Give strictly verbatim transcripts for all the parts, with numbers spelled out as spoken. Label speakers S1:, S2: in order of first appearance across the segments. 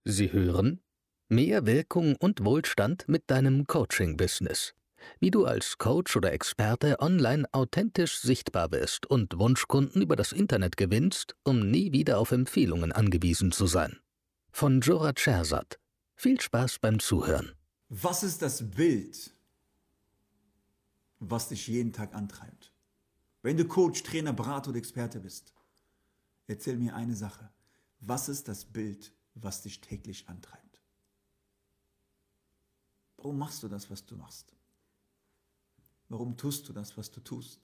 S1: Sie hören Mehr Wirkung und Wohlstand mit deinem Coaching-Business. Wie du als Coach oder Experte online authentisch sichtbar wirst und Wunschkunden über das Internet gewinnst, um nie wieder auf Empfehlungen angewiesen zu sein. Von Jorat Scherzat. Viel Spaß beim Zuhören.
S2: Was ist das Bild, was dich jeden Tag antreibt? Wenn du Coach, Trainer, Berater oder Experte bist, erzähl mir eine Sache. Was ist das Bild, was dich täglich antreibt? Warum machst du das, was du machst? Warum tust du das, was du tust?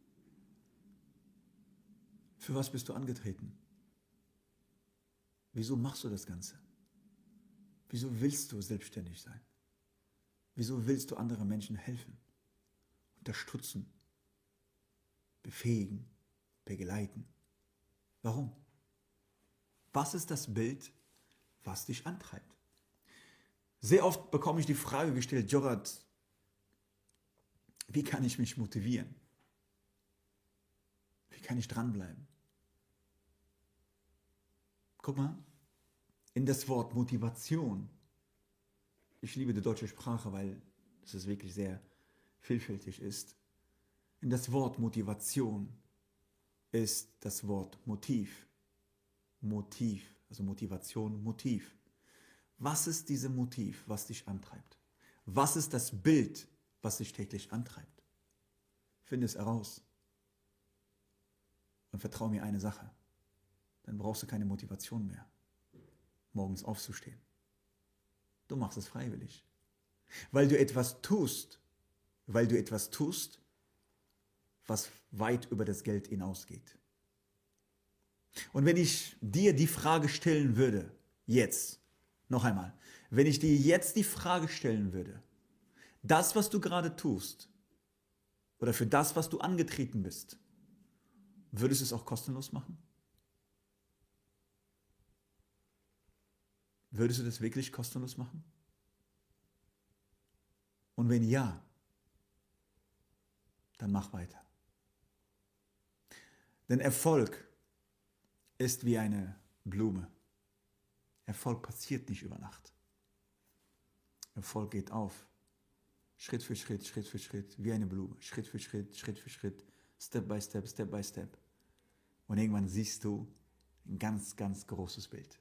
S2: Für was bist du angetreten? Wieso machst du das Ganze? Wieso willst du selbstständig sein? Wieso willst du anderen Menschen helfen, unterstützen, befähigen, begleiten? Warum? Was ist das Bild, was dich antreibt? Sehr oft bekomme ich die Frage gestellt, Jorat, wie kann ich mich motivieren? Wie kann ich dranbleiben? Guck mal, in das Wort Motivation, ich liebe die deutsche Sprache, weil es wirklich sehr vielfältig ist. In das Wort Motivation ist das Wort Motiv. Motiv, also Motivation, Motiv. Was ist dieses Motiv, was dich antreibt? Was ist das Bild, was dich täglich antreibt? Finde es heraus. Und vertraue mir eine Sache. Dann brauchst du keine Motivation mehr, morgens aufzustehen. Du machst es freiwillig. Weil du etwas tust, weil du etwas tust, was weit über das Geld hinausgeht. Und wenn ich dir die Frage stellen würde, jetzt, noch einmal, wenn ich dir jetzt die Frage stellen würde, das, was du gerade tust, oder für das, was du angetreten bist, würdest du es auch kostenlos machen? Würdest du das wirklich kostenlos machen? Und wenn ja, dann mach weiter. Denn Erfolg ist wie eine Blume. Erfolg passiert nicht über Nacht. Erfolg geht auf. Schritt für Schritt, Schritt für Schritt, wie eine Blume. Schritt für Schritt, Schritt für Schritt, Step by Step, Step by Step. Und irgendwann siehst du ein ganz, ganz großes Bild.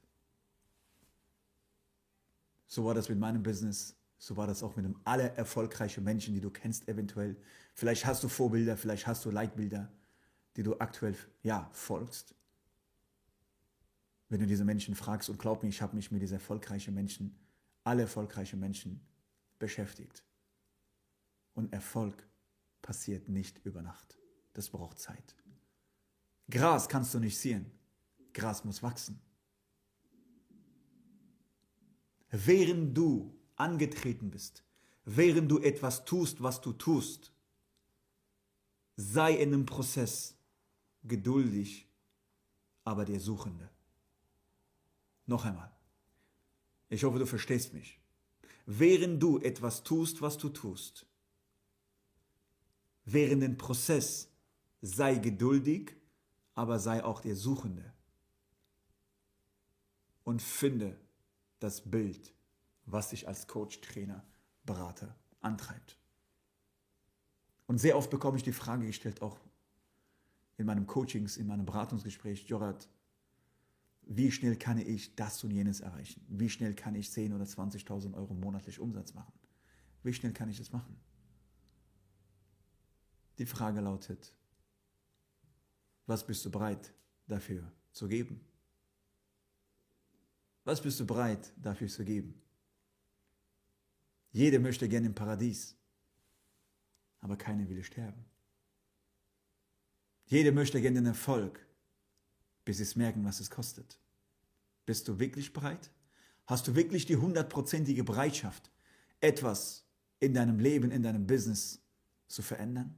S2: So war das mit meinem Business, so war das auch mit einem aller erfolgreichen Menschen, die du kennst eventuell. Vielleicht hast du Vorbilder, vielleicht hast du Leitbilder, die du aktuell ja, folgst. Wenn du diese Menschen fragst, und glaub mir, ich habe mich mit diesen erfolgreichen Menschen, alle erfolgreichen Menschen beschäftigt. Und Erfolg passiert nicht über Nacht. Das braucht Zeit. Gras kannst du nicht sehen. Gras muss wachsen. Während du angetreten bist, während du etwas tust, was du tust, sei in einem Prozess geduldig, aber der Suchende. Noch einmal. Ich hoffe, du verstehst mich. Während du etwas tust, was du tust, während dem Prozess sei geduldig, aber sei auch der Suchende. Und finde das Bild, was dich als Coach, Trainer, Berater antreibt. Und sehr oft bekomme ich die Frage gestellt, auch in meinen Coachings, in meinem Beratungsgespräch, Jorat, wie schnell kann ich das und jenes erreichen? Wie schnell kann ich zehntausend oder zwanzigtausend Euro monatlich Umsatz machen? Wie schnell kann ich das machen? Die Frage lautet, was bist du bereit dafür zu geben? Was bist du bereit dafür zu geben? Jeder möchte gerne im Paradies, aber keiner will sterben. Jeder möchte gerne den Erfolg, bis sie es merken, was es kostet. Bist du wirklich bereit? Hast du wirklich die hundertprozentige Bereitschaft, etwas in deinem Leben, in deinem Business zu verändern?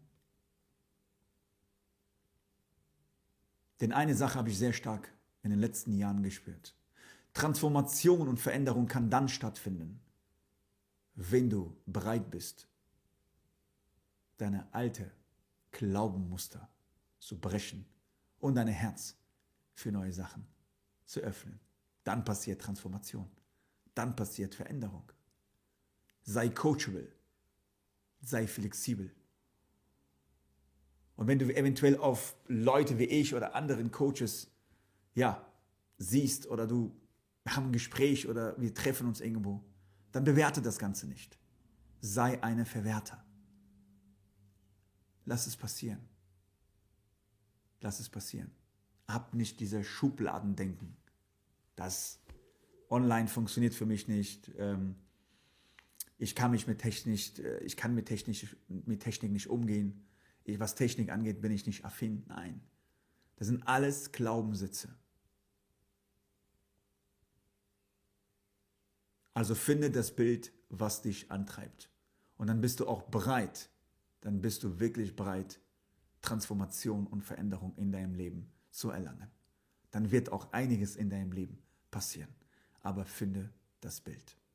S2: Denn eine Sache habe ich sehr stark in den letzten Jahren gespürt. Transformation und Veränderung kann dann stattfinden, wenn du bereit bist, deine alte Glaubenmuster zu brechen und dein Herz für neue Sachen zu öffnen. Dann passiert Transformation. dann passiert Veränderung. Sei coachable, sei flexibel. Und wenn du eventuell auf Leute wie ich oder anderen Coaches, ja, siehst oder du haben ein Gespräch oder wir treffen uns irgendwo, dann bewerte das Ganze nicht. Sei eine Verwerter. Lass es passieren. Lass es passieren. Hab nicht diese Schubladendenken. Das online funktioniert für mich nicht. Ich kann mich mit Technik, ich kann mit Technik, mit Technik nicht umgehen. Ich, was Technik angeht, bin ich nicht affin. Nein. Das sind alles Glaubenssätze. Also finde das Bild, was dich antreibt. Und dann bist du auch bereit, dann bist du wirklich bereit, Transformation und Veränderung in deinem Leben zu erlangen. Dann wird auch einiges in deinem Leben passieren. Aber finde das Bild.